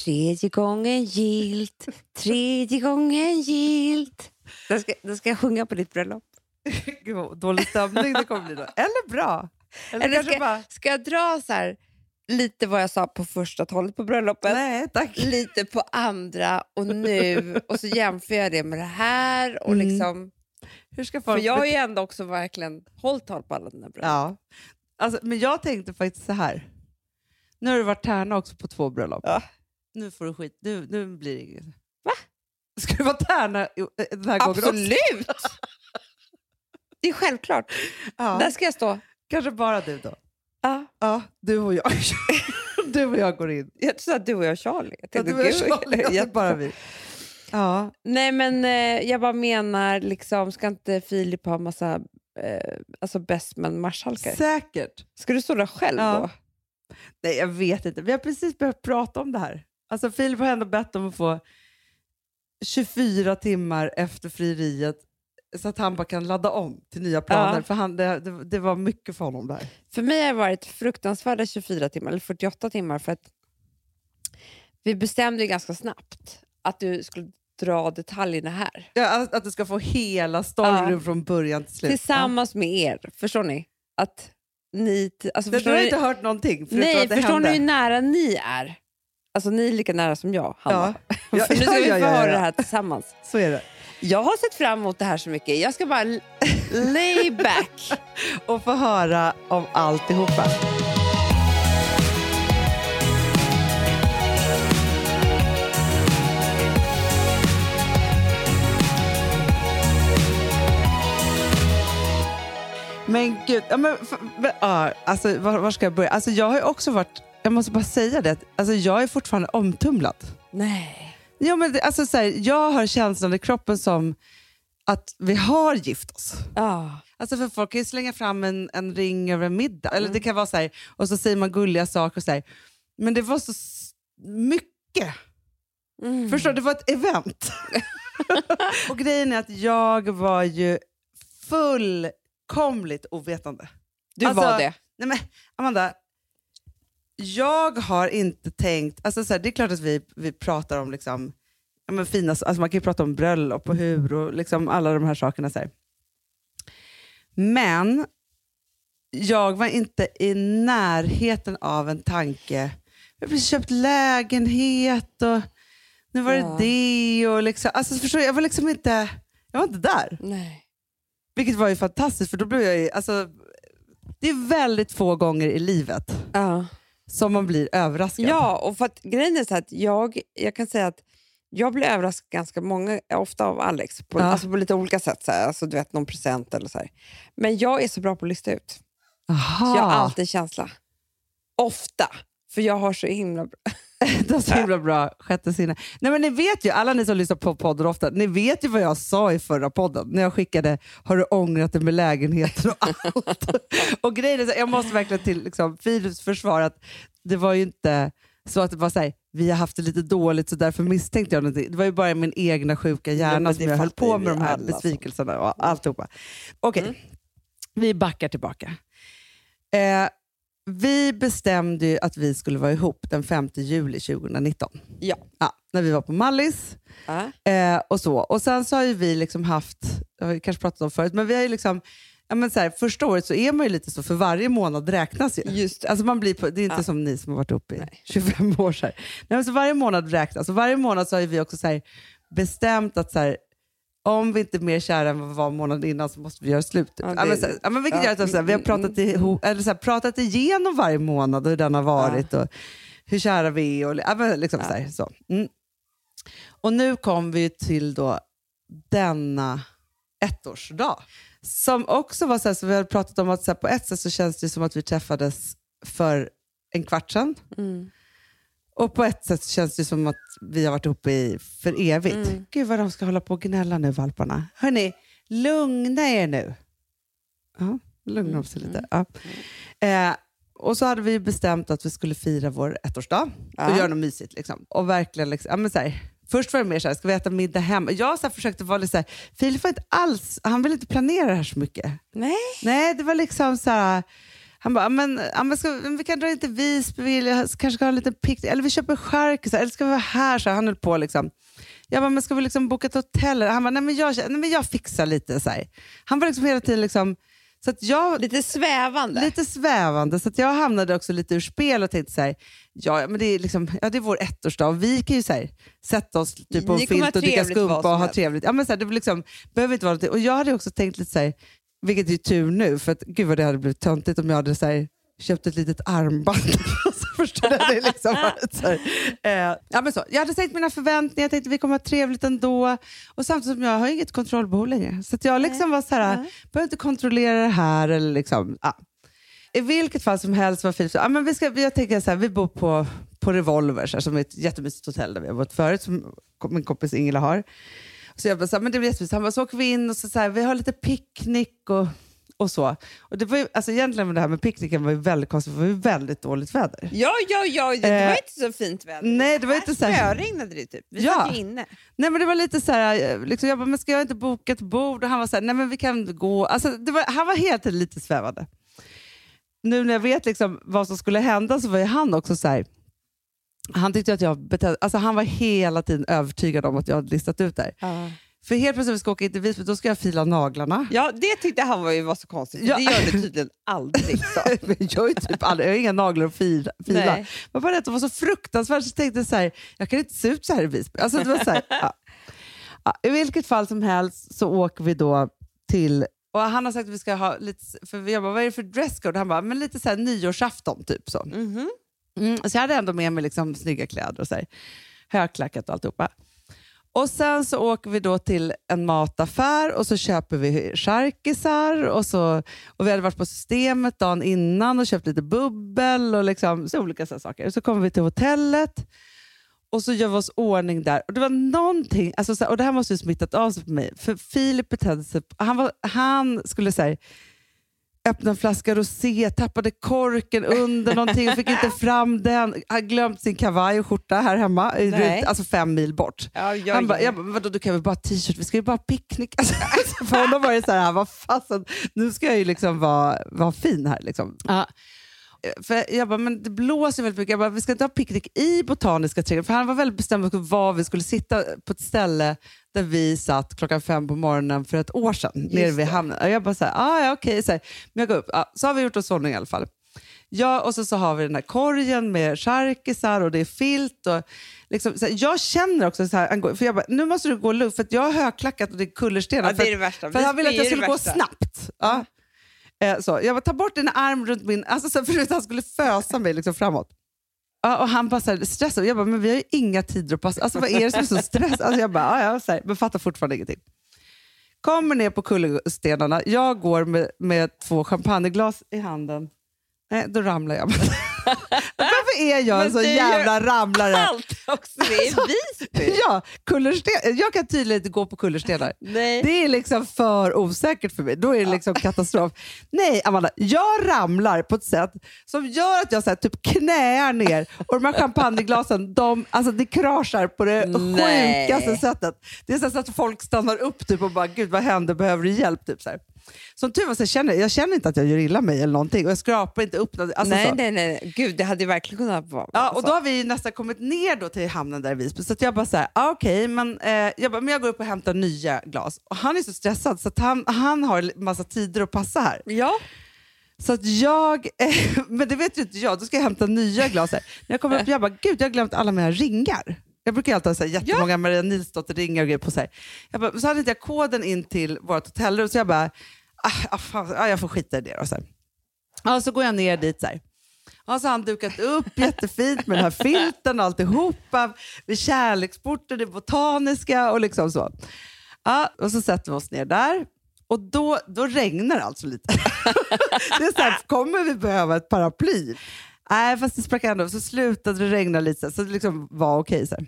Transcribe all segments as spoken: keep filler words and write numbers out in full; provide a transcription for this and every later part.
Tredje gången gilt, tredje gången gilt. Då ska, då ska jag sjunga på ditt bröllop. Gud vad dålig stämning det kommer bli då. Eller bra. Eller, Eller ska, bara... ska jag dra så här lite vad jag sa på första talet på bröllopet? Nej, tack. Lite på andra och nu. Och så jämför jag det med det här. Och Mm. liksom, Hur ska folk... för jag har ju ändå också verkligen hållit tal på alla dina bröllop. Ja. Alltså, men jag tänkte faktiskt så här. Nu har du varit tärna också på två bröllop. Ja. Nu får du skit. Nu, nu blir det inget. Va? Ska du vara tärna den här gången också? Absolut! Det är självklart. Ja. Där ska jag stå. Kanske bara du då. Ja. Ja, du och jag. Du och jag går in. Jag tror att du och jag Charlie. Jag Ja, tänkte, du och jag gud, Charlie. jag- Bara vi. Ja. Nej men eh, jag bara menar liksom, ska inte Filip ha massa eh, alltså bäst men marskalkar? Säkert. Ska du stå där själv Ja. då? Nej, jag vet inte. Vi har precis börjat prata om det här. Alltså Filip har ändå bett om att få tjugofyra timmar efter frieriet så att han bara kan ladda om till nya planer. Ja. För han, det, det, det var mycket för honom där. För mig har det varit fruktansvärda tjugofyra timmar eller fyrtioåtta timmar för att vi bestämde ju ganska snabbt att du skulle dra detaljerna här. Ja, att, att du ska få hela storyn Ja. från början till slut. Tillsammans med er, förstår ni? Att ni... t- Alltså, Ja. Du förstår har ni inte hört någonting förutom nej, att det förstår hände. ni hur nära ni är? Alltså ni är lika nära som jag, Hanna. Ja. Ja, För nu ska ja, vi ja, få ja, höra ja. det här tillsammans. Så är det. Jag har sett fram emot det här så mycket. Jag ska bara l- lay back. Och få höra om alltihopa. Men gud, ja, men, för, men, ja, alltså, var, var ska jag börja? Alltså, jag har ju också varit, jag måste bara säga det, alltså, jag är fortfarande omtumlad. Nej. Ja, men, det- alltså, så här, jag har känslan i kroppen som att vi har gift oss. Ja. Alltså för folk kan ju slänga fram en, en ring över en middag. Eller Mm. det kan vara så här, och så säger man gulliga saker och så här. Men det var så s- mycket. Mm. Förstår du? Det var ett event. Och grejen är att jag var ju fullkomligt ovetande. Du Alltså, var det. Nej men Amanda, jag har inte tänkt, alltså så här, det är klart att vi, vi pratar om liksom, ja, men fina, alltså man kan ju prata om bröllop och hur och liksom alla de här sakerna så här. Men jag var inte i närheten av en tanke. Jag har köpt lägenhet och nu var det Ja. det och liksom, alltså förstår du, jag var liksom inte, jag var inte där. Nej. Vilket var ju fantastiskt för då blev jag ju, alltså det är väldigt få gånger i livet Ja. som man blir överraskad. Ja, och för att grejen är så att jag, jag kan säga att jag blir överraskad ganska många, ofta av Alex, på, Ja. alltså på lite olika sätt. Så här, alltså, du vet, någon present eller så här. Men jag är så bra på att lista ut. Aha. Så jag har alltid känsla. Ofta. För jag har så himla bra. Det är så himla bra sjätte sinne. Nej men ni vet ju, alla ni som lyssnar på podden ofta, ni vet ju vad jag sa i förra podden. När jag skickade, har du ångrat dig med lägenheten och allt? Och grejen är så, jag måste verkligen till liksom, Filips försvar att det var ju inte så att det var så här, vi har haft det lite dåligt så därför misstänkte jag någonting. Det var ju bara min egna sjuka hjärna Ja, men som det jag höll fattar på ju med vi de här alla som- besvikelserna och alltihopa. Okej, Mm. vi backar tillbaka. Eh, vi bestämde ju att vi skulle vara ihop den femte juli tjugonitton. Ja. Ja, när vi var på Mallis Ja. eh, och så. Och sen så har ju vi liksom haft, jag har ju kanske pratat om förut, men vi har ju liksom, ja men så här, första året så är man ju lite så, för varje månad räknas ju. Just det. Alltså man blir på, det är inte Ja. som ni som har varit uppe i Nej. tjugofem år så här. Nej, men så varje månad räknas. Och varje månad så har ju vi också så här bestämt att så här, om vi inte är mer kära än vad vi var månaden innan så måste vi göra slut. Typ. Ja, Ja, det- men så här, ja, men vilket ja. gör att så här, vi har pratat, ihop, eller så här, pratat igenom varje månad och hur den har varit och hur kära vi är. Och, ja, men liksom Ja. så här, så. Mm. Och nu kom vi till då denna ettårsdag. Som också var så här, så vi har pratat om att så här, på ett sätt så känns det som att vi träffades för en kvart sedan. Mm. Och på ett sätt känns det som att vi har varit uppe i för evigt. Mm. Gud vad de ska hålla på och gnälla nu, valparna. Hörrni, lugna er nu. Ja, lugna upp sig lite. Ja. Eh, och så hade vi bestämt att vi skulle fira vår ettårsdag. Ja. Och göra något mysigt. Liksom. Och verkligen, liksom, ja, men så här, först var det mer så här, ska vi äta middag hemma? Jag så här, försökte vara lite så här, Filip var inte alls, han ville inte planera det här så mycket. Nej. Nej, det var liksom så här, Han bara, men, ja, men, ska, vi kan dra in till Visby, vi kanske ska ha en liten picknick, eller vi köper chark, eller ska vi vara här? Så han höll på liksom. Jag bara, men ska vi liksom boka ett hotell? Han bara, nej men jag, nej, men jag fixar lite så här. Han var liksom hela tiden liksom, så att jag, lite svävande. Lite svävande, så att jag hamnade också lite ur spel och tänkte så här, ja men det är liksom, ja det är vår ettårsdag och vi kan ju så här, sätta oss typ på en filt och dricka skumpa och ha trevligt. Ja men så här, det liksom, behöver inte vara någonting. Och jag hade också tänkt lite så här, vilket är ju tur nu, för att gud vad det hade blivit töntigt om jag hade så här, köpt ett litet armband. Så förstår det liksom varit så här. Eh, ja, men så. Jag hade sänkt mina förväntningar, jag tänkte vi kommer ha trevligt ändå. Och samtidigt som jag har inget kontrollbehov längre. Så att jag liksom var så här, behöver inte kontrollera det här. Eller liksom, ja. I vilket fall som helst var Filip så, ja, men vi ska, jag tänker så här, vi bor på, på Revolver, så här, som är ett jättemysigt hotell där vi har varit förut, som min kompis Ingela har. Så jag bara så här, men det blir jättemysigt. Han bara, så åker vi in och så, så här, vi har lite picknick och och så. Och det var ju, alltså egentligen med det här med picknicken var ju väldigt konstigt, för det var ju väldigt dåligt väder. Ja, ja, ja, det eh, var inte så fint väder. Nej, det var inte så här. Spöregnade det typ. Vi ja. satt ju inne. Nej, men det var lite så här, liksom, jag bara, men ska jag inte boka ett bord? Och han var så här, nej men vi kan gå. Alltså, det var, han var helt lite svävande. Nu när jag vet liksom vad som skulle hända så var ju han också så här, han tyckte att jag betedde, alltså han var hela tiden övertygad om att jag hade listat ut där. Uh. För helt plötsligt ska jag åka in till Visby, då ska jag fila naglarna. Ja, det tyckte han var ju var så konstigt. Ja. Det gör det tydligen aldrig. Så. jag, är typ aldrig, jag har inga naglar att fila. fila. Men bara det var så fruktansvärt, så tänkte jag så här, jag kan inte se ut så här i Visby. Alltså, det var så här, ja. Ja, i vilket fall som helst så åker vi då till, och han har sagt att vi ska ha lite, för jag bara, vad är det för dresscode? Han bara, men lite så här nyårsafton typ så. Mm-hmm. Mm, så jag hade ändå med mig liksom snygga kläder och så här, högklackat och alltihopa. Och sen så åker vi då till en mataffär och så köper vi charkisar och, så, och vi hade varit på Systemet dagen innan och köpt lite bubbel och liksom, så olika så saker. Så kommer vi till hotellet och så gör vi oss ordning där. Och det var någonting, alltså så här, och det här måste ju smittat av sig på mig. För Filip betedde sig, han, var, han skulle säga öppna en flaska rosé, tappade korken under någonting och fick inte fram den. Han glömt sin kavaj och skjorta här hemma, runt, alltså fem mil bort. Ja, ja, han bara, ja. Jag, vadå, du kan väl bara t-shirt, vi ska ju bara picknick. Alltså, för honom var det så här, vad fasen, nu ska jag ju liksom vara, vara fin här. Liksom. Ja. För jag bara, men det blåser väldigt mycket. Jag bara, vi ska inte ha picknick i Botaniska trädgården. För han var väldigt bestämd på var vi skulle sitta på ett ställe där vi satt klockan fem på morgonen för ett år sedan. Just nere vid hamnen. Och jag bara så här, ah, ja okej. Okay. Så, men jag går upp. Ah, så har vi gjort oss ordning i alla fall. Ja, och så, så har vi den här korgen med charkisar och det är filt. Och liksom, så här, jag känner också så här, för jag bara, nu måste du gå lugnt för att jag har högklackat och det är kullerstenar. Ja, det är det värsta. För, för han ville att jag skulle gå snabbt. Ja. Så, jag bara, ta bort dina arm runt min, alltså så för att han skulle fösa mig liksom framåt. Ja, och han bara så här, stressad. Jag bara, men vi har ju inga tider att passa. Alltså vad är det som är så stress? Alltså jag bara, ja, så här, men fattar fortfarande ingenting. Kommer ner på kullerstenarna. Jag går med, med två champagneglas i handen. Nej, då ramlar jag. Varför är jag en så jävla ramlare? Allt också, det är Visby. Ja, kullersten. Jag kan tydligen inte gå på kullerstenar. Nej. Det är liksom för osäkert för mig. Då är det liksom katastrof. Nej, Amanda, jag ramlar på ett sätt som gör att jag så här, typ knäar ner. Och de här champagneglasen, de, alltså, det kraschar på det Nej. sjukaste sättet. Det är så att folk stannar upp typ, och bara, gud vad händer, behöver du hjälp? Typ, så här. Som tur var så känner jag känner inte att jag gör illa mig eller någonting och jag skrapar inte upp något, alltså nej, så. nej, nej. Gud, det hade ju verkligen kunnat vara. Ja, och då har vi nästan kommit ner då till hamnen där i Visby. Så att jag bara så här, ah, okej, okay, men, eh, jag bara, men jag går upp och hämtar nya glas. Och han är så stressad så att han, han har massa tider att passa här. Ja. Så att jag, eh, men det vet ju inte jag, då ska jag hämta nya glas här. När jag kommer upp, jag bara, gud, jag har glömt alla mina ringar. Jag brukar alltid ha så här, jättemånga ja. Maria Nilsdotter-ringar och grejer på sig. Jag bara, så hade inte jag koden in till vårt hotellrum så jag bara, Ah, fan, ah, jag får skita i det då, så här. Ja, så går jag ner dit så här. Ja, så har han dukat upp jättefint med den här filten och alltihopa vid kärleksporten, det botaniska och liksom så. Ja, och så sätter vi oss ner där och då, då regnar det alltså lite. Det är så här, kommer vi behöva ett paraply? Nej, fast det sprack ändå. Så slutade det regna lite så det liksom var okej så här.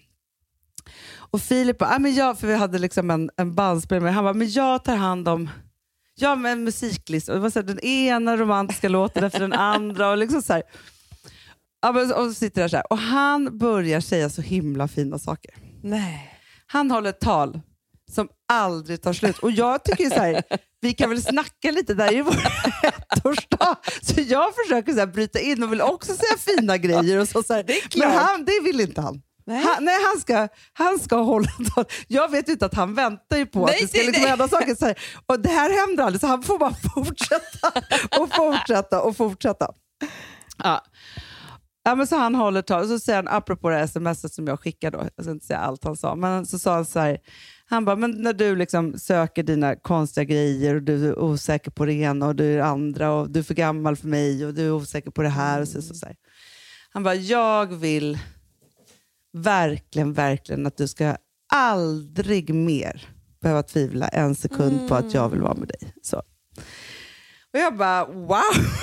Och Filip bara, ah, men jag, för vi hade liksom en, en bandspelare med, han bara, men jag tar hand om Ja, men musiklist. Och det var så här, den ena romantiska låten efter den andra. Och liksom så här. Ja, men, och så sitter där så här. Och han börjar säga så himla fina saker. Nej. Han håller ett tal som aldrig tar slut. Och jag tycker så här, vi kan väl snacka lite, där är ju vår ettårsdag. Så jag försöker så här bryta in och vill också säga fina grejer. Och så, så här. Det är klart. Men han, det vill inte han. Nej, han, nej, han, ska, han ska hålla tal. Jag vet ju inte att han väntar ju på nej, att det ska nej, liksom hända saker. Så här. Och det här händer aldrig, så han får bara fortsätta och fortsätta och fortsätta. Ja. Ja, men så han håller tal. Så säger han, apropå det här smset som jag skickade då, jag ska inte säga allt han sa, men så sa han så här, han bara, men när du liksom söker dina konstiga grejer och du är osäker på det ena och du är det andra och du är för gammal för mig och du är osäker på det här och så, så, så här. Han bara, jag vill verkligen, verkligen att du ska aldrig mer behöva tvivla en sekund mm. på att jag vill vara med dig. Så. Och jag bara, wow!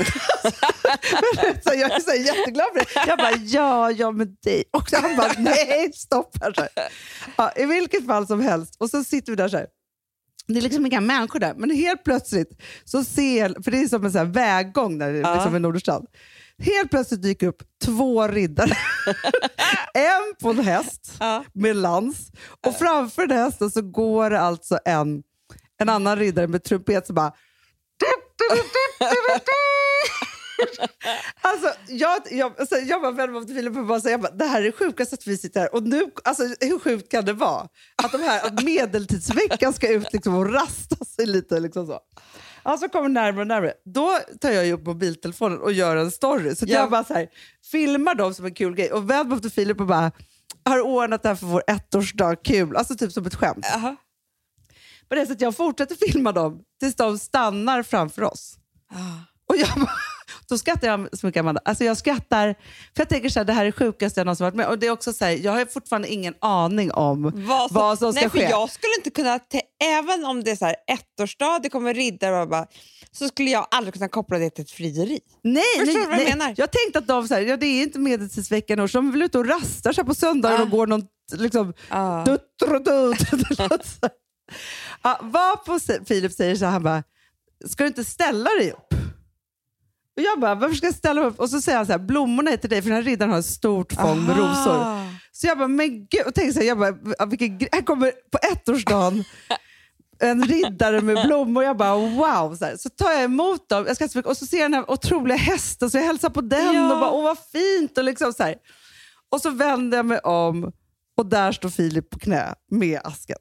Så jag är så jätteglad för det. Jag bara, ja, jag med dig. Och så han bara, nej, stopp här. Så här. Ja, i vilket fall som helst. Och så sitter vi där så här. Det är liksom inga människor där. Men helt plötsligt så ser, för det är som en så här väggång där, ja. Liksom i Norderstrand. Helt plötsligt dyker upp två riddare. En på en häst ja. Med lans. Och framför den hästen så går det alltså en, en annan riddare med trumpet som bara... Alltså jag, jag, alltså, jag var vän med Filip och bara, så jag bara, det här är sjukast att vi sitter här. Och nu, alltså hur sjukt kan det vara? Att de här att medeltidsveckan ska ut liksom, och rasta sig lite liksom så. Alltså kommer närmare och närmare. Då tar jag ju upp mobiltelefonen och gör en story. Så ja. Jag bara så här, filmar dem som en kul grej. Och vän med Filip och bara, har ordnat det här för vår ettårsdag, kul. Alltså typ som ett skämt. Uh-huh. På det sättet jag fortsätter filma dem tills de stannar framför oss. Uh. Och jag bara, då skrattar jag så mycket, Amanda. Alltså jag skrattar, för jag tänker så här, det här är sjukaste jag någonsin varit med. Och det är också så här, jag har fortfarande ingen aning om vad som, vad som ska nej, ske. För jag skulle inte kunna, te- även om det är så här ettårsdag, det kommer riddare och bara, så skulle jag aldrig kunna koppla det till ett frieri. Nej, förstår nej, du vad nej. jag menar? Jag tänkte att de så här, ja, det är inte medeltidsveckan och så de vill ut och rastar sig på söndagen uh. och går någon liksom uh. duttr och duttr. Ja, vad på Filip säger så här, han bara, ska du inte ställa dig upp? Och jag bara, varför ska jag ställa mig upp? Och så säger han så här, blommorna är till dig för den här riddaren har ett stort fång med rosor. Så jag bara, men gud, och tänkte så här, jag bara, vilken, här kommer på ettårsdagen en riddare med blommor. Jag bara, wow. Så, här. Så tar jag emot dem, jag ska, och så ser jag den här otroliga hästen, så jag hälsar på den ja. Och bara, åh vad fint. Och, liksom så här. Och så vänder jag mig om och där står Filip på knä med asken.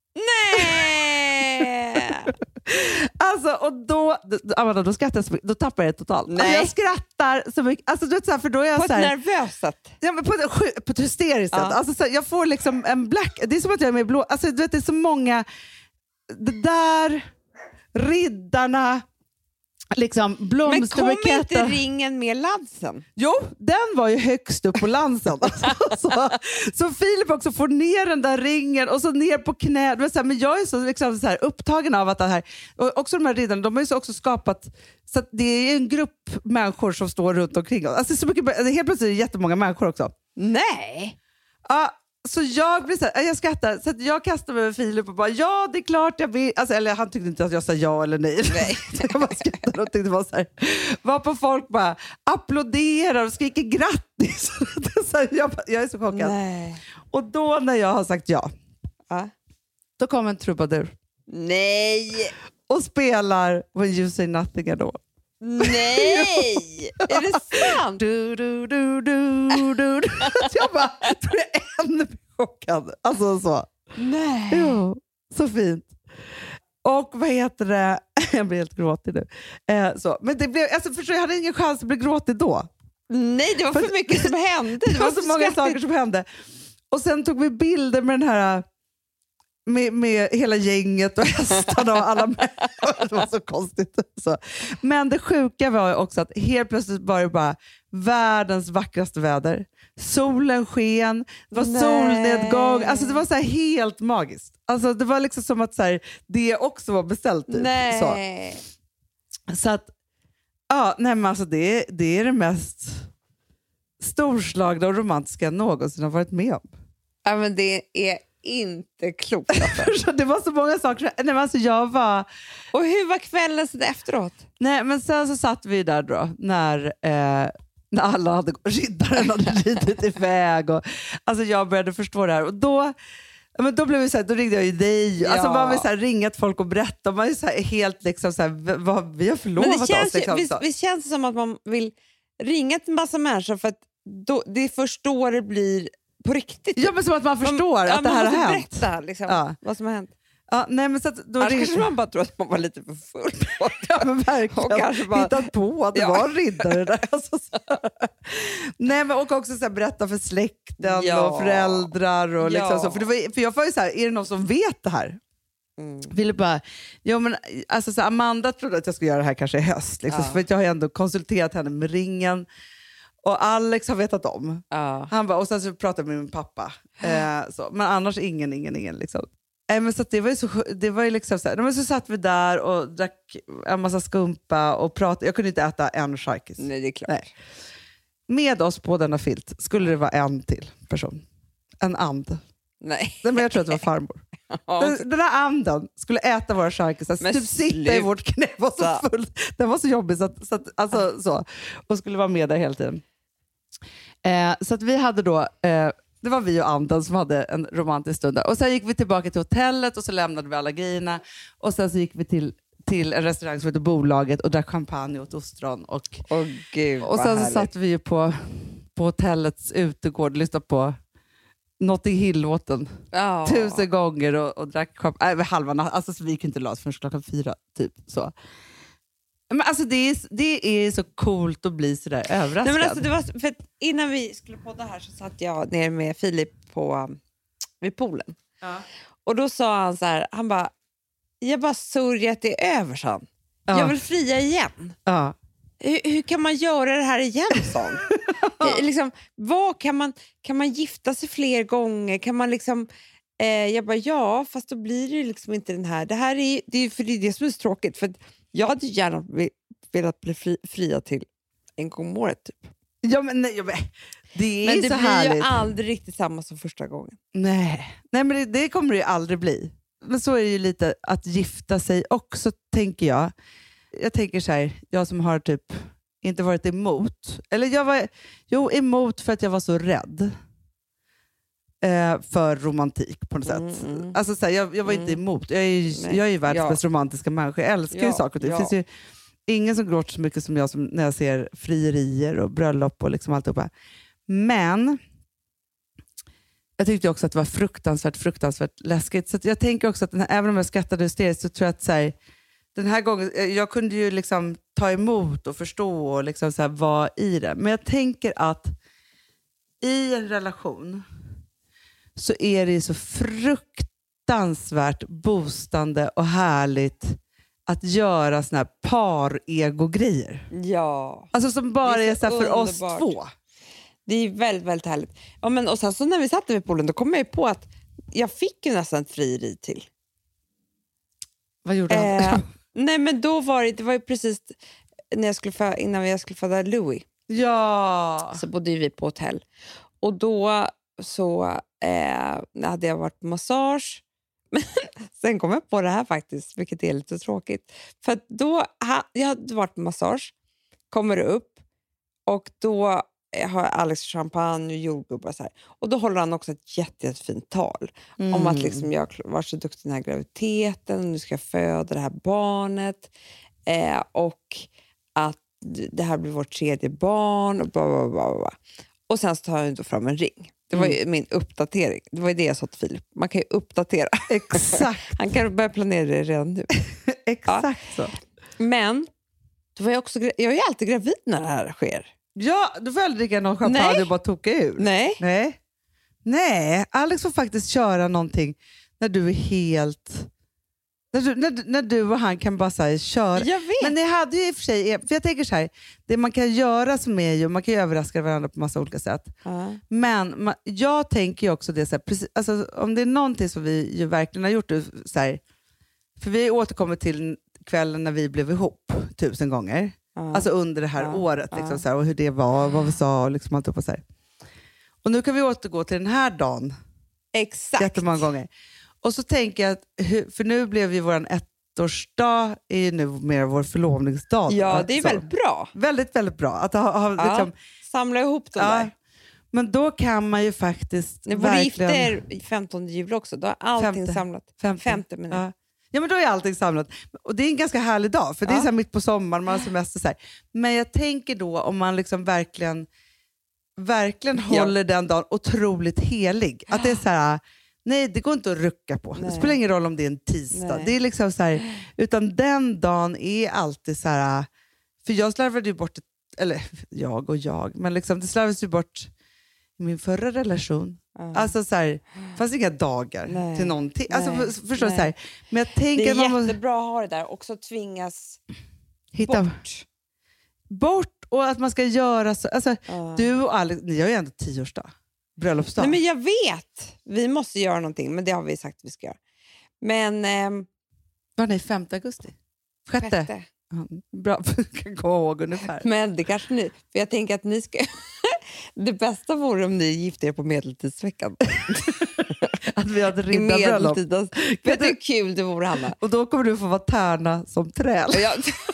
Nej! Alltså, och då, då, då skrattar jag så mycket, då tappar jag det totalt. Alltså, jag skrattar så mycket. Alltså, du vet, så här, för då är jag på så här, ett nervöst sätt. Ja, men på, ett, på ett hysteriskt ja. sätt. Alltså, så här, jag får liksom en black, det är som att jag är med i blå. Alltså, du vet, det är så många, det där, riddarna, liksom blomsterbuketter. Men kom inte ringen med lansen? Jo, den var ju högst upp på lansen. så, så Filip också får ner den där ringen och så ner på knä. Men, så här, men jag är så, liksom, så här, upptagen av att det här, och också de här riddarna, de har ju så också skapat, så att det är en grupp människor som står runt omkring oss. Alltså, så mycket, helt plötsligt är det jättemånga människor också. Nej! Ja. Så jag blir så här, jag skrattar, så att jag kastar mig över Filip och bara, ja det är klart jag vill, alltså, eller han tyckte inte att jag sa ja eller nej, nej. Jag bara skrattar och tyckte bara så här, var på folk bara applåderar och skriker grattis. Så här, jag, jag är så chockad. Nej. Och då när jag har sagt ja, ja. Då kommer en trubadur. Nej! Och spelar When You Say Nothing At All. Nej! Är det sant? Du, du, du, du, du. Jag bara, tror jag är ännu chockad. Alltså så. Nej. Jo, så fint. Och vad heter det? Jag blir helt gråtig nu. Eh, så. Men det blev, alltså förstår jag hade ingen chans att bli gråtig då. Nej, det var för mycket som hände. Det var så många saker som hände. Och sen tog vi bilder med den här, Med, med hela gänget och hästarna och alla människor. Det var så konstigt. Så. Men det sjuka var också att helt plötsligt var det bara världens vackraste väder. Solen sken, det var Nej. solnedgång. Alltså det var så här helt magiskt. Alltså det var liksom som att så här, det också var beställt. Typ. Nej. Så. så att, ja, nej men alltså det, det är det mest storslagna och romantiska jag någonsin har varit med om. Ja, men det är inte klokt. Alltså. Det var så många saker. Nej, men alltså jag var... Och hur var kvällen sen efteråt? Nej, men sen så satt vi där då när, eh, när alla hade riddaren hade ridit iväg och alltså jag började förstå det här och då Men då blev vi så här, då ringde jag ju dig. Ja. Alltså man vill så här ringa till folk och berätta. Man är så här helt liksom så här, vad vi har förlovat Men det känns, oss. Liksom, visst, visst känns det som att man vill ringa till en massa människor för att då, det är först då det blir på riktigt. Ja, men som att man förstår man, att ja, det här har hänt. Man hänt. måste berätta liksom, Ja. vad som har hänt. Ja, nej, men så att då Annars ringde... kanske man bara tror att man var lite för full. Ja, men verkligen. Och kanske bara... hittat på att det Ja. var en riddare där. Alltså, så... Nej, men och också så här, berätta för släkten Ja. och föräldrar. Och liksom Ja. så. För, det var, för jag var ju så här, är det någon som vet det här? Mm. Ville bara, ja, men, alltså, så Amanda trodde att jag skulle göra det här kanske i höst. Liksom, Ja. för att jag har ändå konsulterat henne med ringen. Och Alex har vetat om. Ja. Han bara, och sen så pratade jag med min pappa. Eh, så. Men annars ingen, ingen, ingen. Liksom. Eh, men så att det var ju så, det var ju liksom så här, men så satt vi där och drack en massa skumpa och pratade. Jag kunde inte äta en charkis. Nej, det är klart. Nej. Med oss på denna filt skulle det vara en till person. En and. Nej. Nej, men jag tror att det var farmor. Ja. Den, den här anden skulle äta våra charkisar, Men typ sitta i sluta. vårt knä. Var så full. Den var så jobbig så att, så att, alltså, så, och skulle vara med där hela tiden. Eh, så att vi hade då, eh, det var vi och anden som hade en romantisk stund där. Och sen gick vi tillbaka till hotellet och så lämnade vi alla grejerna. Och sen så gick vi till, till en restaurang som heter Bolaget och drack champagne och åt ostron. Och, Åh, gud, och vad sen så härligt. satt vi ju på, på hotellets utegård och lyssnade på Notting Hill-låten Ja. tusen gånger och, och drack champagne. Äh, halva natt, alltså så vi gick inte lös förrän klockan fyra. Typ, så. Men alltså det är, det är så coolt att bli sådär överraskad. Nej, men alltså, det var, för att innan vi skulle podda här så satt jag ner med Filip på, um, vid poolen. Ja. Och då sa han så här, han bara, jag bara sörjer att det är över, sa han. Ja. Jag vill fria igen. Ja. Hur, hur kan man göra det här igen, sa han. Eh, liksom, vad kan man, kan man gifta sig fler gånger? Kan man liksom... Eh, jag bara, ja, fast då blir det ju liksom inte den här... Det här är, det är, för det är det som är så tråkigt. För att jag hade gärna vi- velat bli fri, fria till en gång om året, typ. Ja, men, nej, ja, men, det är Men det så blir härligt. ju aldrig riktigt samma som första gången. Nej, nej men det, det kommer det ju aldrig bli. Men så är det ju lite att gifta sig också, tänker jag. Jag tänker så här, jag som har typ inte varit emot. Eller jag var jo, emot för att jag var så rädd. Eh, för romantik på något Mm, sätt. mm. Alltså, så här, jag, jag var inte Mm. emot. Jag är ju, Nej. jag är ju världens Ja. mest romantiska människa. Jag älskar ju Ja, saker och ting. Det ja. finns ju ingen som gråter så mycket som jag som när jag ser frierier och bröllop och liksom alltihopa. Men jag tyckte också att det var fruktansvärt, fruktansvärt läskigt. Så att jag tänker också att den här, även om jag skrattade hysteriskt så tror jag att så här, den här gången, jag kunde ju liksom ta emot och förstå och liksom så här vara i det. Men jag tänker att i en relation så är det så fruktansvärt boostande och härligt att göra såna här par-ego-grejer. Ja. Alltså som bara Det är är, så så här för oss underbart. två. Det är väldigt, väldigt härligt. Ja, men, och sen så när vi satt vid poolen, då kom jag ju på att jag fick ju nästan ett frieri till. Vad gjorde han? Eh, nej, men då var det, det var ju precis när jag skulle föda, innan jag skulle föda Louis. Ja. Så bodde ju vi på hotell. Och då så eh, hade jag varit på massage. Men sen kom jag på det här faktiskt, vilket är lite tråkigt. För att då, ha, jag hade varit på massage, kommer det upp och då har Alex champagne och jordgubbar så här. Och då håller han också ett jätte, jättefint tal Mm. om att liksom jag var så duktig i den här graviditeten, nu ska jag föda det här barnet eh, och att det här blir vårt tredje barn och bla, bla, bla, bla. Och sen så tar jag då fram en ring. Det var ju min uppdatering. Det var ju det jag sa till Filip. Man kan ju uppdatera. Exakt. Han kan börja planera det redan nu. Exakt så. Men då var jag, också, gra- jag är ju alltid gravid när det här sker. Ja, du får aldrig dricka någon champagne Nej. och bara toka ur. Nej. Nej. Nej, Alex får faktiskt köra någonting när du är helt... När du, när, när du och han kan bara så här, köra. Jag vet. Men ni hade ju i och för sig... För jag tänker så här, det man kan göra som är ju... Man kan ju överraska varandra på massa olika sätt. Ja. Men man, jag tänker ju också det så här, precis, alltså, om det är någonting som vi ju verkligen har gjort så här, för vi återkommer till kvällen när vi blev ihop tusen gånger. Ja. Alltså under det här Ja. året liksom, Ja. så här, och hur det var och vad vi sa och liksom allt upp och så här. Och nu kan vi återgå till den här dagen Exakt. jättemånga gånger. Och så tänker jag att, hur- för nu blev ju våran ettårsdag är ju nu mer vår förlovningsdag. Ja, det är Så. väldigt bra. Väldigt, väldigt bra. Att ha, ha, Ja. liksom, Samla ihop dem ja, där. Men då kan man ju faktiskt Ni borde verkligen... gifta er femtonde juli också. Då är allting Femte. samlat. Femte. Femte minut. Ja. ja, men då är allting samlat. Och det är en ganska härlig dag, för det är Ja. så här mitt på sommaren, man har semester så här. Men jag tänker då om man liksom verkligen, verkligen Ja. håller den dagen otroligt helig. Att det är så här, nej det går inte att rucka på. Nej. Det spelar ingen roll om det är en tisdag. Nej. Det är liksom så här, utan den dagen är alltid så här, för jag slarvade ju bort, ett, eller jag och jag, men liksom det slarvades ju bort i min förra relation. Ja. Alltså så här, det fanns inga dagar Nej. till någonting. Alltså, Nej. för, förstår du, Nej. så här. Men jag tänker Det är att man måste jättebra att ha det där. Också tvingas hitta bort. bort och att man ska göra så. Alltså, Ja. du och Alex, ni har ju ändå tioårsdag. Bröllopsdag. Nej, men jag vet. Vi måste göra någonting, men det har vi sagt att vi ska göra. Men... Ehm, Var ni femte augusti? Sjätte? sjätte. Ja, bra, jag kan gå ihåg ungefär. Men det kanske ni... För jag tänker att ni ska... det bästa vore om ni gifte er på medeltidsveckan. Att vi hade I riddarbröllop. medeltiden. Vet du hur kul det vore, Hanna? Och då kommer du få vara tärna som träl. Och, jag...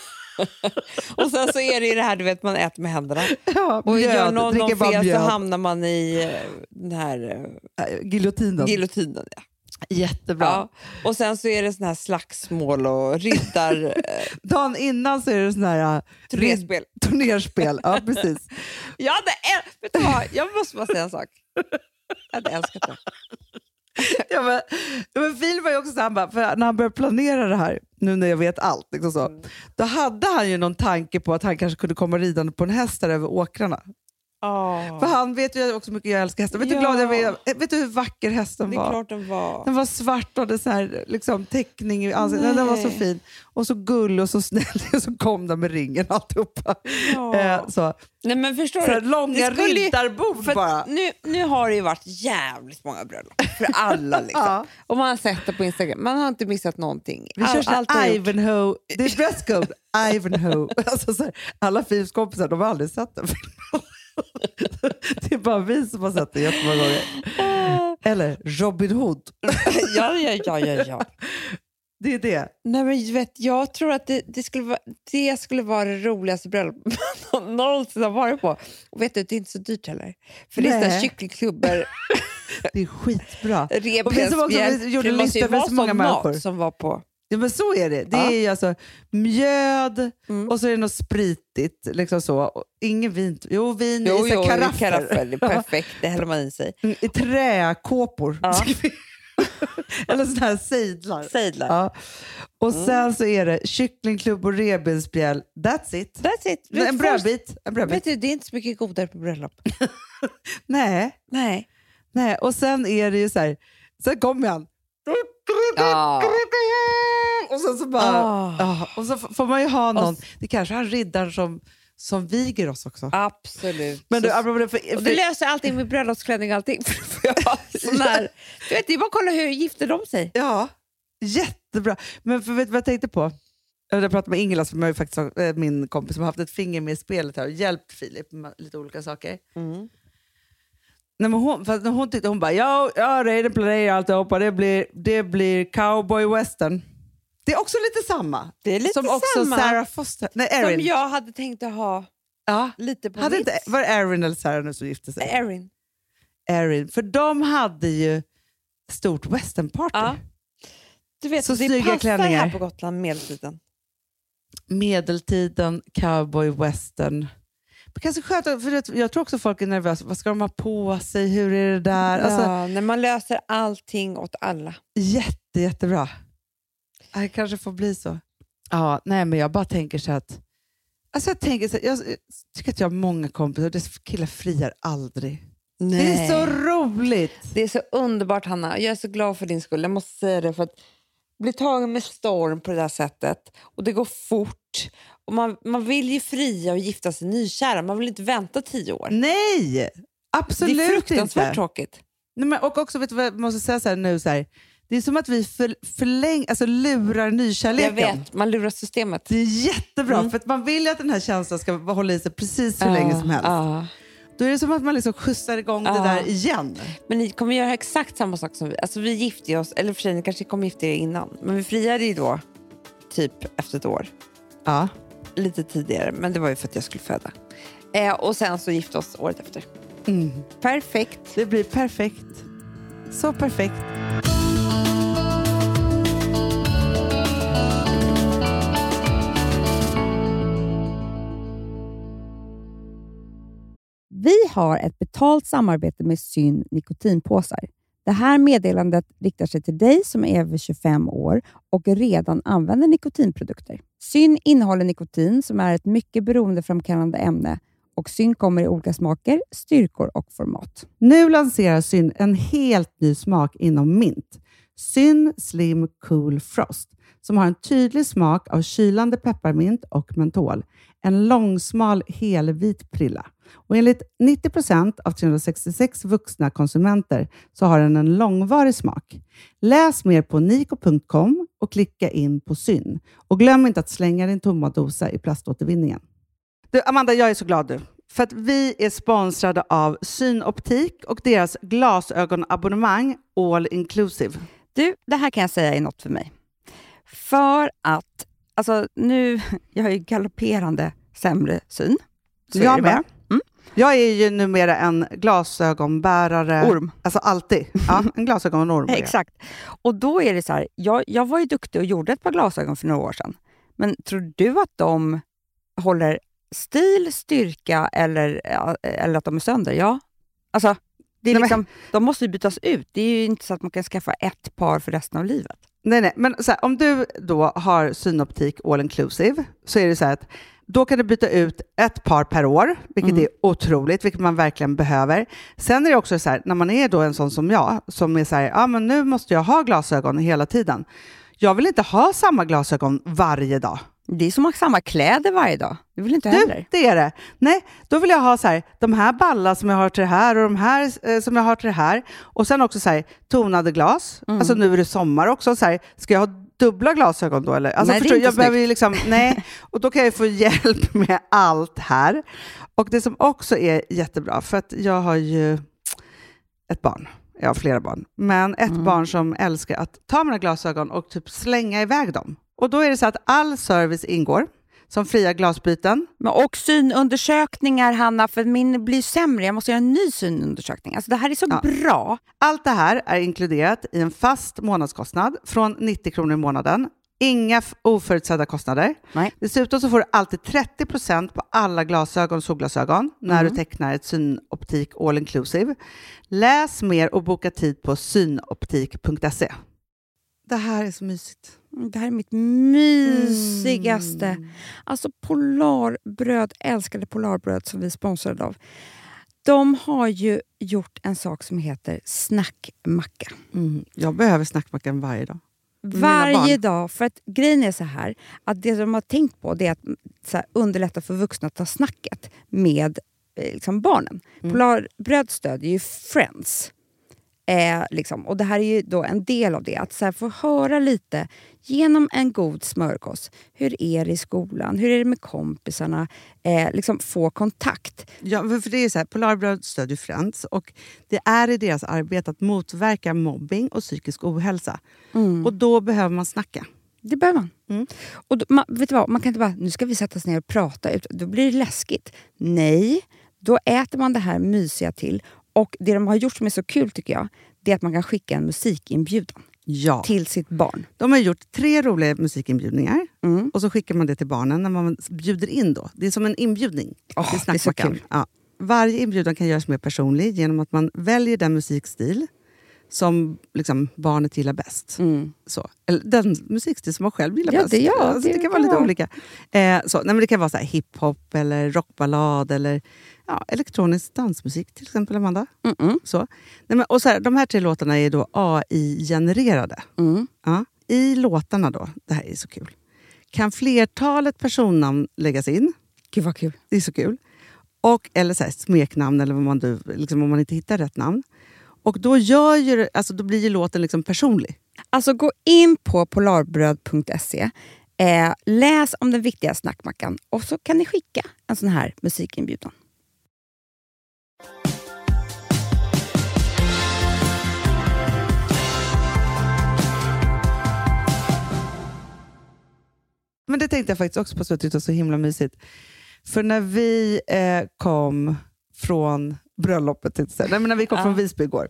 och sen så är det ju det här, du vet, man äter med händerna. Ja, Och mjöd, gör någon, dricker någon bara fel så mjöd. hamnar man i eh, den här Äh, Giljotinen. uh, giljotinen. Ja. Jättebra. Ja. Och sen så är det sån här slagsmål och riddar... eh, Dagen innan så är det sån här... Uh, turnerspel. Turnerspel, ja precis. Jag hade, äl- vet du vad? Jag måste bara säga en sak. Jag hade älskat det. Ja, men, men Filip var ju också så han bara, för när han började planera det här, nu när jag vet allt, liksom så, Mm. då hade han ju någon tanke på att han kanske kunde komma ridande på en häst där över åkrarna. Oh. För han vet ju också hur mycket jag älskar hästar. Vet du, Ja. glad jag vet, vet du hur vacker hästen Det är var? klart den var. Den var svart och hade så här, liksom, teckning i ansiktet. Nej, den var så Nej. fin. Och så gullig och så snäll. Och så kom den med ringen alltihopa. Ja. Eh, så. Nej, men förstår Så här, du? långa Det skulle ju- riddarbord För att bara. nu, nu har det ju varit jävligt många bröllop för alla. Liksom. Ja. Och man har sett det på Instagram. Man har inte missat någonting. Vi kör allt har såhär gjort. Ivanhoe, det är dresscode, Ivanhoe. Alltså så här, alla Filips kompisar, de har aldrig sett den. Det är bara vi som har sett det jättemånga gånger. Eller Robin Hood. ja, ja, ja, ja, ja. Det är det. Nej, men du vet, jag tror att det, det, skulle vara, det skulle vara det roligaste bröllop man någonsin har varit på. Och vet du, det är inte så dyrt heller. För det är sådana Nej. kycklingklubbor, Det är skitbra. Och vi som också revbensspjäll. vi gjorde Det måste ju listor med vara så många sån människor. mat som var på. Ja, men så är det. Det Ja. är ju alltså mjöd Mm. och så är det något spritigt. Liksom så. Och ingen vin. Jo, vin Jo, i så jo, här karaffer. karaffer. Det är perfekt, det häller man i sig. Mm, I träkåpor. Ja. Eller sådana här sejdlar. Sejdlar. Ja. Och Mm. sen så är det kycklingklubb och revbensspjäll. That's it. That's it. En Vet, brödbit. En brödbit. vet du, det är inte så mycket godare på bröllop. Nej. Nej. Nej. Och sen är det ju så här. Sen kommer han. Ja. Och sen så bara... Ah. Ja, och så f- får man ju ha någon. Och Det kanske har riddaren som, som viger oss också. Absolut. Men du, Så- apropå det, för, och det för, löser allting med bröllopsklänning och allting. För jag har sån här, du vet, det är bara att kolla hur gifter de sig. ja, jättebra. Men för, vet du vad jag tänkte på? Jag pratade med Ingela som är ju faktiskt äh, min kompis som har haft ett finger med i spelet här och hjälpt Filip med lite olika saker. Mm. Nej, men hon, fast när hon tyckte, hon bara, ja, ja redan planerar alltihopa, det blir, det blir cowboy western. Det är också lite samma. Det är lite som också samma Sarah Foster. Nej, Erin. som jag hade tänkt att ha Ja. lite på Hade mitt. inte, var det Erin eller Sarah nu som gifte sig? Erin. Erin. För de hade ju stort westernparty. Ja. Du vet, Så det snygga passar klänningar. här på Gotland medeltiden. Medeltiden, cowboy, western. Men kanske skönt, för jag- jag tror också folk är nervösa. Vad ska de ha på sig? Hur är det där? Alltså, Ja, när man löser allting åt alla. jätte, jättebra. Det kanske får bli så. Ja, nej, men jag bara tänker så att... Alltså jag, tänker så, jag tycker att jag har många kompisar och dessa killar friar aldrig. Nej. Det är så roligt. Det är så underbart, Hanna. Jag är så glad för din skull. Jag måste säga det, för att bli tagen med storm på det där sättet. Och det går fort. Och man, man vill ju fria och gifta sig nykära. Man vill inte vänta tio år. Nej, absolut det är fruktansvärt inte. tråkigt. Nej, men, och också, vet du vad jag måste säga så här nu? Så här, det är som att vi för, förläng, alltså lurar Jag nykärleken. vet, man lurar systemet. Det är jättebra, Mm. för att man vill ju att den här känslan ska hålla i sig precis hur länge som helst. Ja. Då är det som att man liksom skjutsar igång det Ja. där igen. Men ni kommer göra exakt samma sak som vi. Alltså vi gifte oss, eller för sig, ni kanske kommer gifta er innan. Men vi friade ju då typ efter ett år. Ja. Lite tidigare, men det var ju för att jag skulle föda. Eh, och sen så gifte oss året efter. Mm. Perfekt. Det blir perfekt. Så perfekt. Vi har ett betalt samarbete med Syn nikotinpåsar. Det här meddelandet riktar sig till dig som är över tjugofem år och redan använder nikotinprodukter. Syn innehåller nikotin som är ett mycket beroendeframkallande ämne och Syn kommer i olika smaker, styrkor och format. Nu lanserar Syn en helt ny smak inom mint. Syn Slim Cool Frost som har en tydlig smak av kylande pepparmint och mentol. En långsmal helvit prilla. Och enligt nittio procent av trehundrasextiosex vuxna konsumenter så har den en långvarig smak. Läs mer på niko punkt com och klicka in på Syn. Och glöm inte att slänga din tomma dosa i plaståtervinningen. Du, Amanda, jag är så glad du. För att vi är sponsrade av Synoptik och deras glasögonabonnemang All Inclusive. Du, det här kan jag säga är något för mig. För att, alltså nu, jag har ju galopperande sämre syn. Så jag är det med. Mm. Jag är ju numera en glasögonbärare. Orm. Alltså alltid. Ja, en glasögonorm. Exakt. Och då är det så här, jag, jag var ju duktig och gjorde ett par glasögon för några år sedan. Men tror du att de håller stil, styrka eller, eller att de är sönder? Ja. Alltså, det är nej, liksom, men... de måste ju bytas ut. Det är ju inte så att man kan skaffa ett par för resten av livet. Nej, nej. Men så här, om du då har Synoptik All Inclusive så är det så här att då kan du byta ut ett par per år, vilket mm. är otroligt, vilket man verkligen behöver. Sen är det också så här, när man är då en sån som jag, som är så här, ja ah, men nu måste jag ha glasögon hela tiden. Jag vill inte ha samma glasögon varje dag. Det är som att ha samma kläder varje dag. Det vill inte heller. Du, det är det. Nej, då vill jag ha så här, de här ballar som jag har till det här och de här eh, som jag har till det här. Och sen också så här, tonade glas. Mm. Alltså nu är det sommar också. Så här, ska jag ha dubbla glasögon då? Eller? Alltså, nej, förstår, det är inte jag behöver ju liksom, nej. Och då kan jag få hjälp med allt här. Och det som också är jättebra, för att jag har ju ett barn. Jag har flera barn. Men ett mm. barn som älskar att ta mina glasögon och typ slänga iväg dem. Och då är det så att all service ingår. Som fria glasbyten. Men och synundersökningar, Hanna, för min blir sämre. Jag måste göra en ny synundersökning. Alltså det här är så ja. bra. Allt det här är inkluderat i en fast månadskostnad från nittio kronor i månaden. Inga oförutsedda kostnader. Nej. Dessutom så får du alltid trettio procent på alla glasögon och solglasögon när mm. du tecknar ett Synoptik All Inclusive. Läs mer och boka tid på synoptik punkt se. Det här är så mysigt. Det här är mitt mysigaste. Mm. Alltså Polarbröd, älskade Polarbröd som vi sponsrade av. De har ju gjort en sak som heter snackmacka. Mm. Jag behöver snackmackan varje dag. Varje dag. För att grejen är så här. Att det de har tänkt på det är att så här, underlätta för vuxna att ta snacket med eh, liksom barnen. Mm. Polarbröd stödjer ju Friends. Eh, liksom. Och det här är ju då en del av det. Att så här, få höra lite genom en god smörgås. Hur är det i skolan? Hur är det med kompisarna? Eh, liksom få kontakt. Ja, för det är så här, Polarbröd stödjer Friends. Och det är i deras arbete att motverka mobbing och psykisk ohälsa. Mm. Och då behöver man snacka. Det behöver man. Mm. Och då, man, vet du vad? Man kan inte bara, nu ska vi sätta oss ner och prata. Ut. Då blir det läskigt. Nej, då äter man det här mysiga till. Och det de har gjort som är så kul tycker jag, det är att man kan skicka en musikinbjudan ja. till sitt barn. De har gjort tre roliga musikinbjudningar mm. och så skickar man det till barnen när man bjuder in då. Det är som en inbjudning. Oh, det är så kul. Ja. Varje inbjudan kan göras mer personlig genom att man väljer den musikstil som liksom barnet gillar bäst. Mm. Så. Eller den musikstil som man själv gillar ja, bäst. Det, ja, alltså, det, det kan vara lite olika. Eh, så. Nej, men det kan vara så här hiphop eller rockballad eller ja, elektronisk dansmusik till exempel, Amanda. Mm-mm. Så. Nej, men, och så här, de här tre låtarna är då A I-genererade. Mm. Ja. I låtarna då, det här är så kul, kan flertalet personnamn läggas in. Gud vad kul. Det är så kul. Och, eller så här, smeknamn eller vad man, du, liksom, om man inte hittar rätt namn. Och då, gör ju, alltså, då blir ju låten liksom personlig. Alltså gå in på polarbröd punkt se. Eh, läs om den viktiga snackmackan. Och så kan ni skicka en sån här musikinbjudan. Men det tänkte jag faktiskt också på, så att det var så himla mysigt. För när vi eh, kom från bröllopet. Nej, men när vi kom Ja. från Visby igår.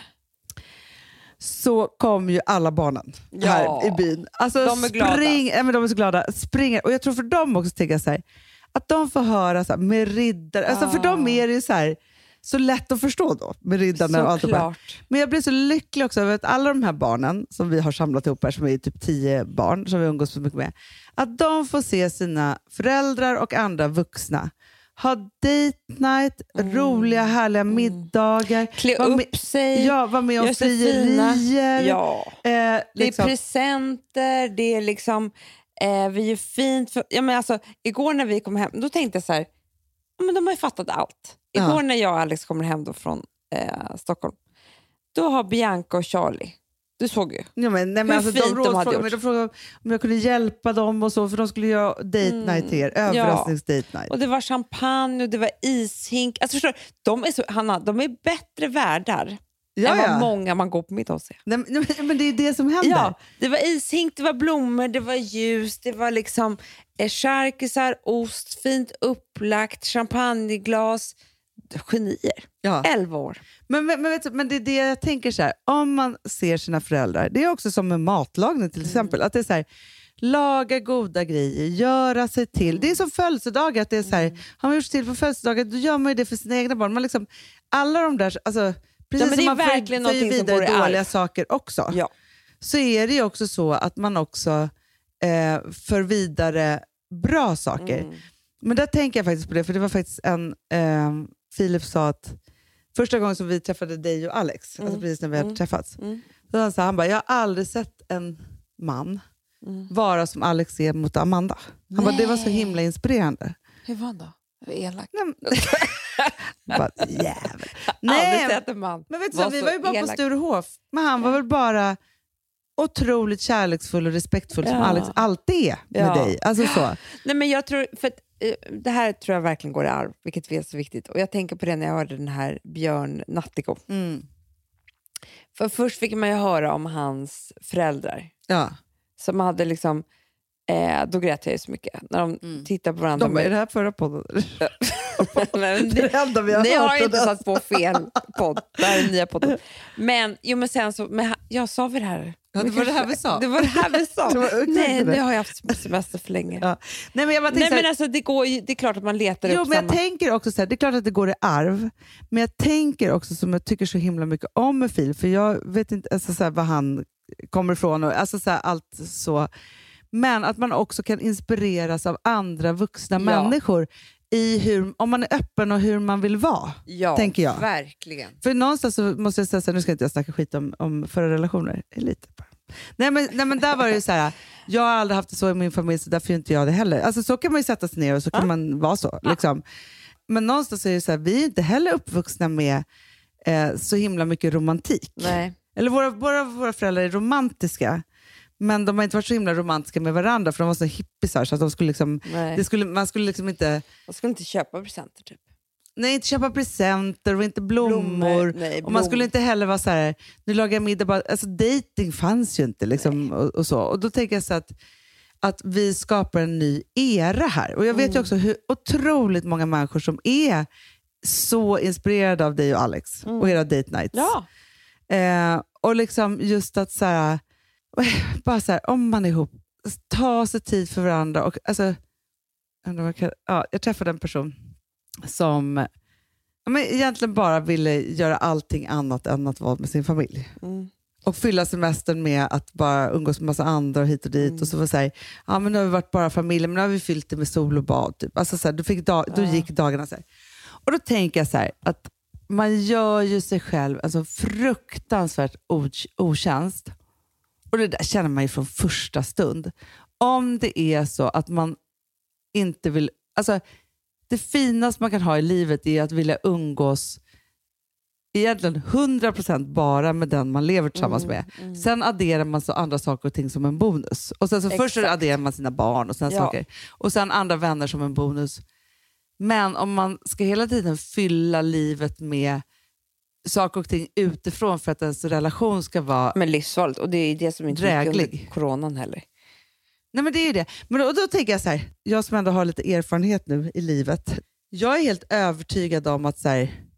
Så kom ju alla barnen här Ja. i byn. Alltså, De är glada. spring, ja, men de är så glada. Springer. Och jag tror för dem också tänker jag så här, att de får höra så här, med riddare. Alltså, Ja. för dem är det ju så här, så lätt att förstå då med riddarna och allt det där. Såklart. Men jag blev så lycklig också över att alla de här barnen som vi har samlat ihop här, som är typ tio barn som vi umgås så mycket med, att de får se sina föräldrar och andra vuxna ha date night, Mm. roliga härliga middagar, Klä var upp med, sig. ja, var med om gör sig fina. frierier. Ja. Eh, Det är liksom. presenter, det är liksom, eh, vi är fint. För, ja, men alltså, igår när vi kom hem, då tänkte jag så här, ja, men de har ju fattat allt. Igår Ja. när jag och Alex kommer hem då från eh, Stockholm, då har Bianca och Charlie, du såg ju. Ja, men, nej, men Hur alltså, fint de de rådfrågade hade mig, gjort. de frågade om jag kunde hjälpa dem och så, för de skulle göra date night till er, Mm, ja. överrasknings-date night. Och det var champagne och det var ishink. Alltså förstår du, de är, så, Hanna, de är bättre värdar Ja, än vad ja. många man går på middag hos. Nej, men, nej, men det är det som händer. Ja, det var ishink, det var blommor, det var ljus, det var liksom eh, charkisar, ost, fint upplagt, champagneglas. Genier. Ja. elva år. Men, men, men, vet du, men det är det jag tänker så här, om man ser sina föräldrar, det är också som med matlagning till exempel, att det är så här, laga goda grejer, göra sig till. Det är som födelsedagar, att det är så här, har man gjort sig till på födelsedagar, då gör man ju det för sina egna barn. Man liksom, alla de där, alltså, precis men det är som man verkligen för, för någonting som vidare går i arv. dåliga saker också, Ja. så är det ju också så att man också eh, för vidare bra saker. Mm. Men där tänker jag faktiskt på det, för det var faktiskt en, eh, Filip sa att första gången som vi träffade dig och Alex, Mm. alltså precis när vi hade Mm. träffats, Mm. så han sa, han bara, jag har aldrig sett en man Mm. vara som Alex är mot Amanda. Han bara, det var så Nej. himla inspirerande. Hur var han då? Det var elak. Nej, men- bara, jävel. Aldrig Nej, sett en man. men vet du, var så, vi så var ju bara elak. på Sturehof, men han var väl bara otroligt kärleksfull och respektfull som Ja. Alex alltid är med Ja. dig. Alltså så. Nej, men jag tror, för att, eh, det här tror jag verkligen går i arv, vilket är så viktigt. Och jag tänker på det när jag hörde den här Björn Nattiko. Mm. För först fick man ju höra om hans föräldrar. Ja. Som hade liksom, eh, då grät jag ju så mycket. När de Mm. tittar på varandra. De är i det här förra podden. Men Det det, enda vi har ni hört har om inte det. satt på fel podd. Det här är den nya podden. Men, jo, men sen så, men, ha- jag sa vi det här? Ja, det Men var det här kanske- vi sa. Det var det här vi sa. Det var exakt Nej, det. nu har jag haft semester för länge. Ja. Nej, men jag bara Nej, tänkte så här- men alltså, det, går ju, det är klart att man letar Jo, upp men jag samma... tänker också så här, det är klart att det går i arv, men jag tänker också, som jag tycker så himla mycket om med Filip, för jag vet inte alltså, så här, var han kommer ifrån och alltså, så här, allt så, men att man också kan inspireras av andra vuxna Ja. människor i hur, om man är öppen och hur man vill vara. Ja, tänker jag. verkligen. För någonstans så måste jag säga så här, nu ska inte jag snacka skit om, om förra relationer, lite bara. Nej men, nej men där var det ju så här, jag har aldrig haft det så i min familj så därför är inte jag det heller. Alltså så kan man ju sätta sig ner och så kan Ja. man vara så. Liksom. Men någonstans är det så här, vi är inte heller uppvuxna med eh, så himla mycket romantik. Nej. Eller våra, våra, våra föräldrar är romantiska, men de har inte varit så himla romantiska med varandra för de var så hippisar så att de skulle liksom, Nej. det skulle, man skulle liksom inte, Jag skulle inte köpa presenter typ. nej, inte köpa presenter och inte blommor. Nej, Och man skulle inte heller vara så här, nu lagar jag middag bara, alltså dating fanns ju inte liksom, och, och så. Och då tänker jag så att, att vi skapar en ny era här. Och jag vet ju Mm. också hur otroligt många människor som är så inspirerade av dig och Alex Mm. och era date nights. Ja. Eh, och liksom just att så här, bara så här, om man är ihop, ta sig tid för varandra. Och, alltså, jag undrar vad jag kan- ja, jag träffade en person som ja, men egentligen bara ville göra allting annat än att vara med sin familj. Mm. Och fylla semestern med att bara umgås med massa andra och hit och dit. Mm. Och så var det så här, ja men nu har vi varit bara familj, men nu har vi fyllt det med sol och bad. Typ. Alltså så här, då, fick dag, då Ja. gick dagarna så här. Och då tänker jag så här, att man gör ju sig själv alltså fruktansvärt o- otjänst. Och det där känner man ju från första stund. Om det är så att man inte vill, alltså det finaste man kan ha i livet är att vilja umgås egentligen hundra procent bara med den man lever tillsammans Mm, med. mm. Sen adderar man så andra saker och ting som en bonus. Och sen så först så Exakt. adderar man sina barn och såna Ja. saker. Och sen andra vänner som en bonus. Men om man ska hela tiden fylla livet med saker och ting utifrån för att ens relation ska vara... Men livsfarligt. Och det är det som inte gick Dräglig. under coronan heller. Nej men det är ju det. Men då, då tänker jag så här, jag som ändå har lite erfarenhet nu i livet. Jag är helt övertygad om att så här,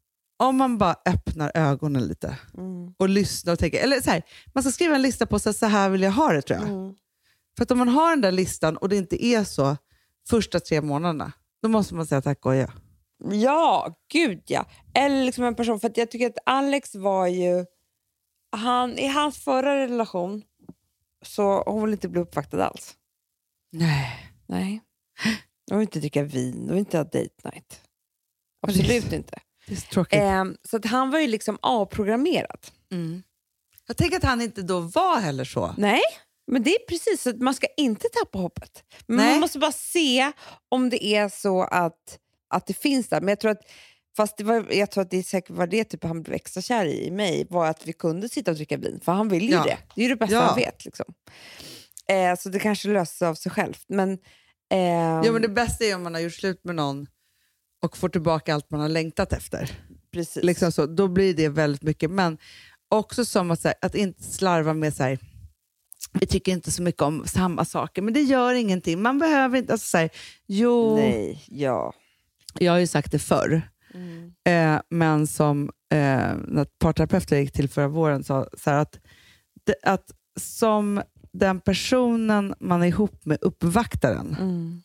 om man bara öppnar ögonen lite Mm. och lyssnar och tänker, eller så här, man ska skriva en lista på så, så här vill jag ha det tror jag. Mm. För att om man har den där listan och det inte är så första tre månaderna, då måste man säga tack och ja. Ja, gud ja. Eller liksom en person, för att jag tycker att Alex var ju, han, i hans förra relation så hon vill inte bli uppvaktad alls. Nej. Nej. Hon vill inte dricka vin, hon vill inte ha date night. Absolut inte. Det är så tråkigt. Eh, så att han var ju liksom avprogrammerad. Mm. Jag tänker att han inte då var heller så. Nej, men det är precis så att man ska inte tappa hoppet. Men Nej. man måste bara se om det är så att, att det finns där. Men jag tror att, fast det var, jag tror att det säkert var det typ han blev extra kär i, i mig, var att vi kunde sitta och dricka vin. För han vill ju Ja. det. Det är ju det bästa Ja. han vet. Liksom. Eh, så det kanske löser av sig själv. Men, eh, Ja, men det bästa är om man har gjort slut med någon och får tillbaka allt man har längtat efter. precis. Liksom så, då blir det väldigt mycket. Men också som att, så här, att inte slarva med så här, vi tycker inte så mycket om samma saker, men det gör ingenting. Man behöver inte, alltså så här, jo, Nej, ja. jag har ju sagt det förr, Mm. eh, men som eh, när parterapeuten gick till förra våren sa så här, att, det, att som den personen man är ihop med uppvaktaren Mm.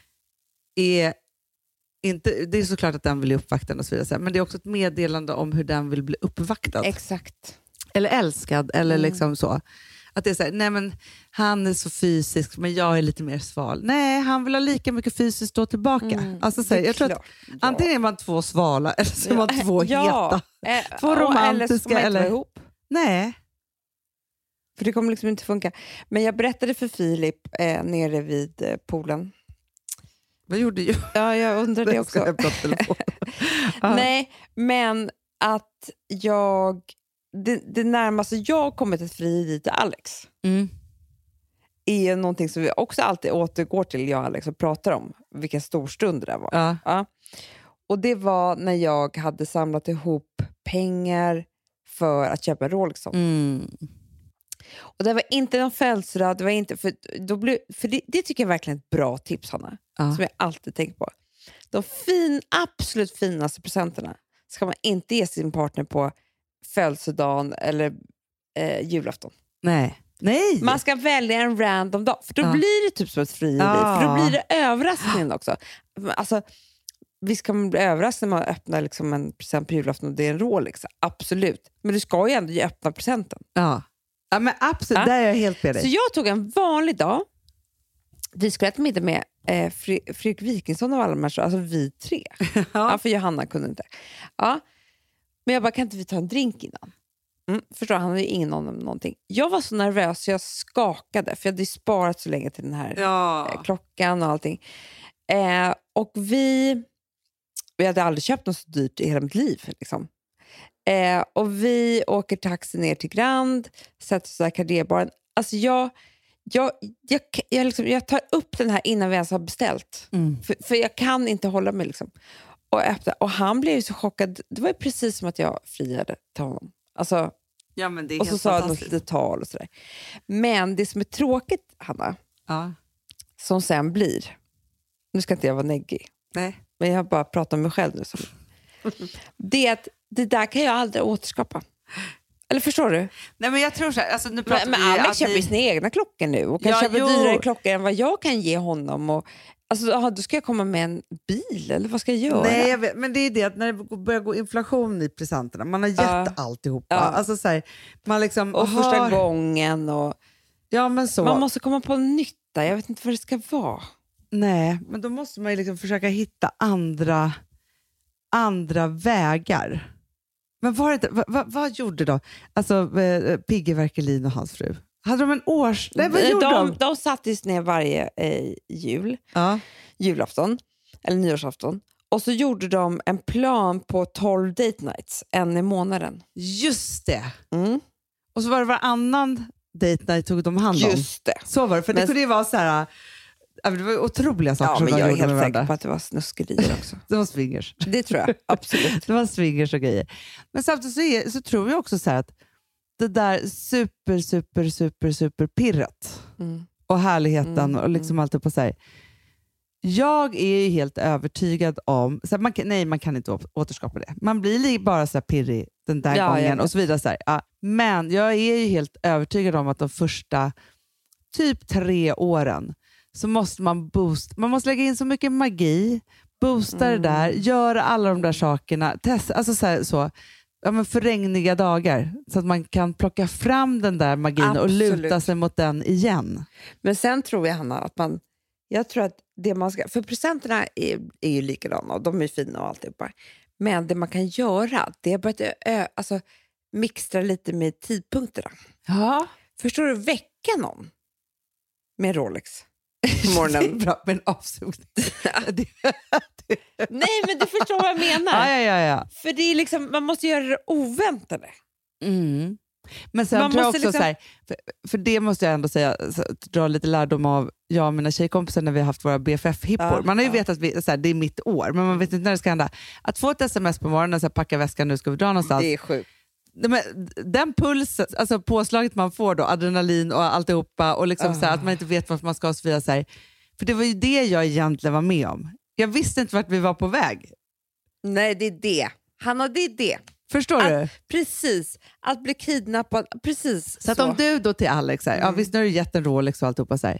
är inte, det är såklart att den vill uppvakta och så vidare, men det är också ett meddelande om hur den vill bli uppvaktad. Exakt. Eller älskad, eller Mm. liksom så. Att det är så här, nej men han är så fysisk, men jag är lite mer sval. Nej, han vill ha lika mycket fysiskt då tillbaka. Mm. Alltså, så här, Det är jag tror att klart. Ja. antingen är man två svala, eller så är man två ja. heta. Eh, Två och romantiska, Eller så får man inte eller- vara ihop. Nej. För det kommer liksom inte funka. Men jag berättade för Filip eh, nere vid eh, poolen. Vad gjorde jag? Ja, jag undrar det också. Jag prata telefon. Ja. Nej, men att jag... Det, det närmaste jag har kommit ett frieri till Alex Mm. är ju någonting som vi också alltid återgår till, jag och Alex, och pratar om. Vilken stor stund det där var. Ja. Ja. Och det var när jag hade samlat ihop pengar för att köpa en Rolex. Mm. Och det var inte någon födelsedag, det var inte, för, då blev, för det, det tycker jag verkligen är ett bra tips, Hanna. Ja. Som jag alltid tänkt på. De fin, absolut finaste presenterna ska man inte ge sin partner på födelsedagen eller eh, julafton. Nej. Nej. Man ska välja en random dag, för då Ja. blir det typ som ett frieri. Ja. För då blir det överraskning också. Alltså, visst kan man bli överraskad när man öppnar liksom en present på julafton och det är en Rolex. Absolut. Men du ska ju ändå ge öppna presenten. Ja. Ja, men absolut. Ja. Där är jag helt med dig. Så jag tog en vanlig dag. Vi skulle äta middag med eh, Fre- Fredrik Wikingsson av alla människor. Alltså vi tre. Ja. Ja. För Johanna kunde inte. Ja. Men jag bara, kan inte vi ta en drink innan? Mm, förstår, han hade ju ingen aning om någonting. Jag var så nervös så jag skakade. För jag hade ju sparat så länge till den här Ja. eh, klockan och allting. Eh, och vi... Vi hade aldrig köpt något så dyrt i hela mitt liv. Liksom. Eh, och vi åker taxi ner till Grand, sätter oss där i kardébaren. Alltså jag, jag, jag, jag, liksom, jag tar upp den här innan vi ens har beställt. Mm. För, för jag kan inte hålla mig. Liksom. Och, öppna, och han blev ju så chockad. Det var ju precis som att jag friade till honom. Alltså, Ja, men det är och så helt sa jag något fantastiskt. litet tal och sådär. Men det som är tråkigt, Hanna, Ja. som sen blir... Nu ska inte jag vara neggig. Nej. Men jag bara pratar om mig själv nu. Som. Det är att det där kan jag aldrig återskapa. Eller förstår du? Nej, men jag tror så här, alltså, nu pratar Men, men vi ju Alex att köper ju ni- sina egna klockor nu och kan Ja, köpa jo. dyrare klockor än vad jag kan ge honom. Och, alltså, aha, då ska jag komma med en bil eller vad ska jag göra? Nej, jag vet, men det är det att när det börjar gå inflation i presenterna, man har gett Ja. alltihopa. Ja. Alltså, så här, man liksom och första har- gången. Och, Ja, men så. man måste komma på nytta. Jag vet inte vad det ska vara. Nej, men då måste man ju liksom försöka hitta andra, andra vägar. Men var det inte, vad, vad, vad gjorde då? Alltså eh, Pigge Werkelin och hans fru. Hade de en års... Nej, vad de, gjorde de? de, de sattes ner varje eh, jul, Ja. julafton eller nyårsafton. Och så gjorde de en plan på tolv date nights, en i månaden. Just det. Mm. Och så var det varannan date night tog de hand om. Just det. Så var det, för det Men- kunde ju vara så här... äh, Det var otroliga saker Ja, som men de jag är gjorde helt med säker varandra. på att det var snuskerier också. Det var swingers. Det tror jag, absolut. Det var swingers och grejer. Men samtidigt så, är, så tror jag också så här att det där super, super, super, super pirret Mm. och härligheten Mm, och liksom allt på så här. Jag är ju helt övertygad om, så här, man kan, nej man kan inte återskapa det. Man blir li- bara så här pirrig den där Ja, gången och så vidare. Så här. Ja. Men jag är ju helt övertygad om att de första typ tre åren så måste man boosta, man måste lägga in så mycket magi, boosta mm. det där, göra alla de där sakerna, testa, alltså så, här, så ja, men för regniga dagar så att man kan plocka fram den där magin Absolut. Och luta sig mot den igen. Men sen tror jag, Hanna, att man jag tror att det man ska, för presenterna är, är ju likadana och de är fina och alltihopa. Men det man kan göra, det är bara att ö, alltså, mixtra lite med tidpunkterna. Ja. Förstår du, väcka någon med Rolex på morgonen. Det är bra med en avsugning. Nej, men du förstår vad jag menar. Ja, ja, ja, ja. För det är liksom, man måste göra det oväntade. Mm. Men sen man tror jag också liksom... så här, för, för det måste jag ändå säga, så, dra lite lärdom av jag och mina tjejkompisar när vi har haft våra B F F-hippor. Ja, man har ju ja. vetat att vi, så här, det är mitt år, men man vet inte när det ska hända. Att få ett sms på morgonen och så här, packa väskan, nu ska vi dra någonstans. Det är sjukt. Den pulsen, alltså påslaget man får då, adrenalin och alltihopa och liksom oh. så här, att man inte vet vart man ska och så vidare, så här. För det var ju det jag egentligen var med om. Jag visste inte vart vi var på väg. Nej, det är det. Hanna, det är det. Förstår att, du? Precis. Att bli kidnappad. Precis. Så, så. att om du då till Alex, här, mm. ja, visst nu har du gett en Rolex och alltihopa så här.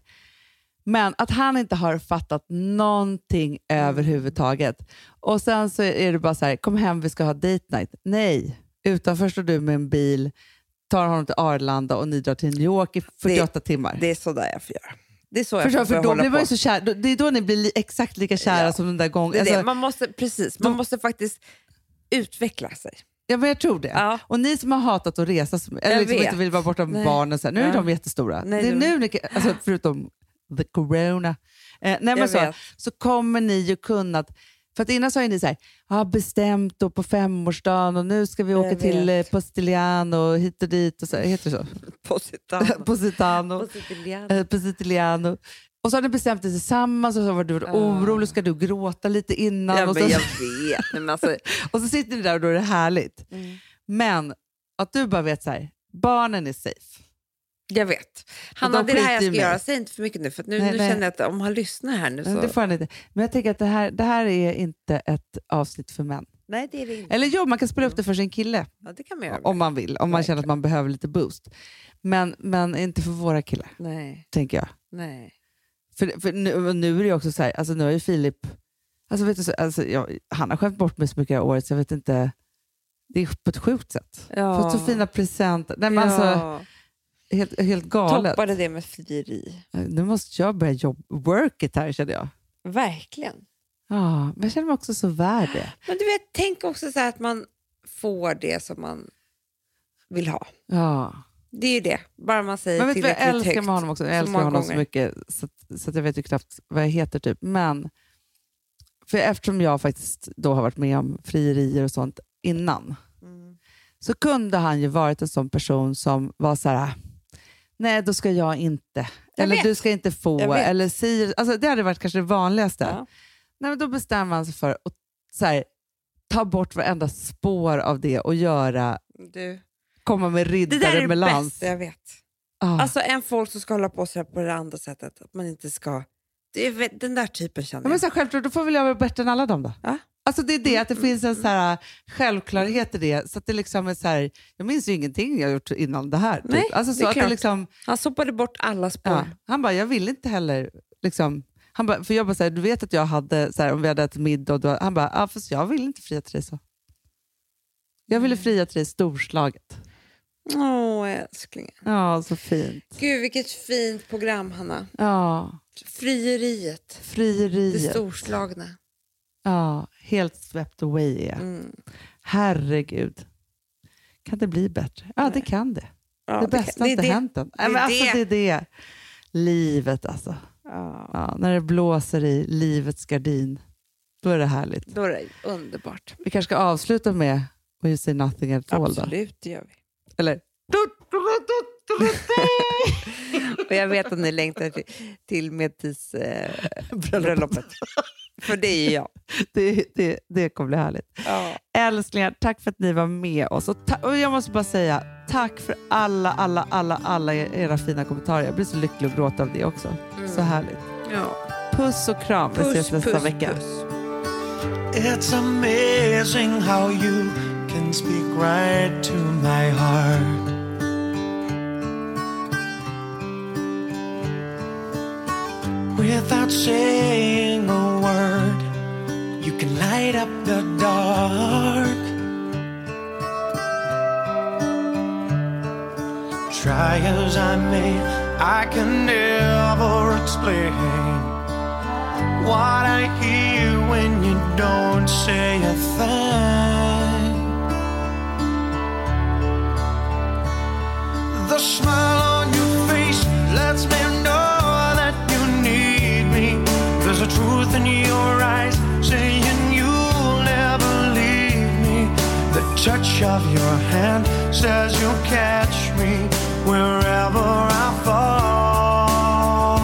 Men att han inte har fattat någonting mm. överhuvudtaget. Och sen så är det bara så här, kom hem, vi ska ha date night. Nej, utanför står du med en bil, tar honom till Arlanda och ni drar till New York i fyrtioåtta det, timmar. Det är så där jag får göra. Det är så jag Förstår, får, för då blir man ju så kär. Det är då ni blir li- exakt lika kära ja. som den där gången. Alltså, alltså, man måste, precis, man då, måste faktiskt utveckla sig. Ja, men jag tror det. Ja. Och ni som har hatat att resa, som, eller liksom inte vill vara borta med barnen, så här, nu är ja. de jättestora. Nej, det är nu ni, alltså, förutom the corona. Eh, nej, men så, så kommer ni ju kunna... För att innan sa ni så här, ja, bestämt då på femårsdagen och nu ska vi åka till eh, Positiliano och hit och dit. Och så, heter det så? Positano. Positano. Positiliano. Eh, Positiliano. Och så har ni bestämt det tillsammans och så var du uh. orolig, ska du gråta lite innan? Ja, och, men så, jag vet. Men alltså... och så sitter ni där och då är det härligt. Mm. Men att du bara vet så här, barnen är safe. Jag vet. Hanna, det är det här jag ska göra. Säg inte för mycket nu, för nu, nej, nu nej. känner jag att om han lyssnar här nu så... Det får han inte. Men jag tänker att det här, det här är inte ett avsnitt för män. Nej, det är det inte. Eller jo, man kan spela upp det för sin kille. Ja, det kan man göra. Om man vill. Om man känner att man behöver lite boost. Men, men inte för våra killar. Nej. Tänker jag. Nej. För, för nu, nu är det också så här, alltså nu har ju Filip... Alltså vet du, alltså, jag, han har skämt bort mig så mycket av året så jag vet inte... Det är på ett sjukt sätt. Ja. Fått så fina presenter. Nej, men ja. alltså... Helt, helt galet. Toppade det med frieri. Nu måste jag börja jobba, work it här, känner jag. Verkligen. Ja, men jag känner mig också så värd det. Men du vet, tänk också så här att man får det som man vill ha. Ja. Det är ju det. Bara man säger men vet tillräckligt jag älskar högt. med honom också. Jag älskar honom gånger. så mycket så att, så att jag vet ju knappt vad jag heter typ. Men för eftersom jag faktiskt då har varit med om frierier och sånt innan mm. så kunde han ju varit en sån person som var så här: nej, då ska jag inte. Jag eller vet. Du ska inte få. Eller si, alltså, det hade varit kanske det vanligaste. Ja. Nej, men då bestämmer man sig för att så här, ta bort varenda spår av det och göra... Du. Komma med riddare med Det där är det bästa jag vet. Ah. Alltså en folk som ska hålla på sig på det andra sättet. Att man inte ska... Det är den där typen känner jag. Ja, men så här, självklart, då får väl jag vara bättre än alla dem då. Ja. Alltså det är det, att det finns en så här självklarhet i det. Så att det liksom är så här, jag minns ju ingenting jag gjort innan det här. Typ. Nej, alltså så det är att klart. det liksom, han soppade bort alla spår. Ja, han bara, jag vill inte heller liksom... Han bara, för jag bara så här, du vet att jag hade så här, om vi hade ätit middag och då, han bara, ja, fast jag vill inte fria till dig så. Jag ville fria till dig storslaget. Åh, älsklingen. Ja, så fint. Gud, vilket fint program, Hanna. Ja. Frieriet. Frieriet. Det storslagna. Ja, helt swept away. Ja. Mm. Herregud. Kan det bli bättre? Ja, Nej. det kan det. Ja, det bästa har inte det. hänt än. Det är, alltså, det. det är det. Livet alltså. Ja. Ja, när det blåser i livets gardin, då är det härligt. Då är det underbart. Vi kanske ska avsluta med When you say nothing at all. Absolut, det gör vi. Eller? Och jag vet att ni längtar till, till Medtis eh, bröllopet. För det är jag. Det, det, det kommer bli härligt. Ja. Älsklingar, tack för att ni var med oss. Och, ta- och jag måste bara säga tack för alla, alla, alla, alla era fina kommentarer. Jag blir så lycklig att gråta av det också. Mm. Så härligt. Ja. Puss och kram. Vi ses nästa vecka. It's amazing how you can speak right to my heart. Without saying a word, you can light up the dark. Try as I may, I can never explain what I hear when you don't say a thing. The smile on your face lets me know that you need me. There's a truth in your eyes saying you'll never leave me. The touch of your hand says you'll catch me wherever I fall.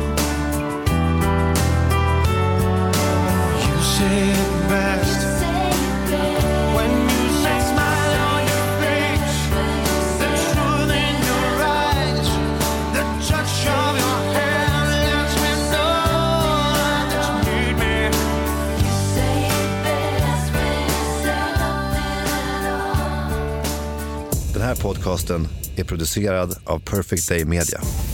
You say it best when you say smile on your face, the truth in your eyes, the touch of your hand lets me know that you need me. You say it best when you say nothing at all. Den här podcasten är producerad av Perfect Day Media.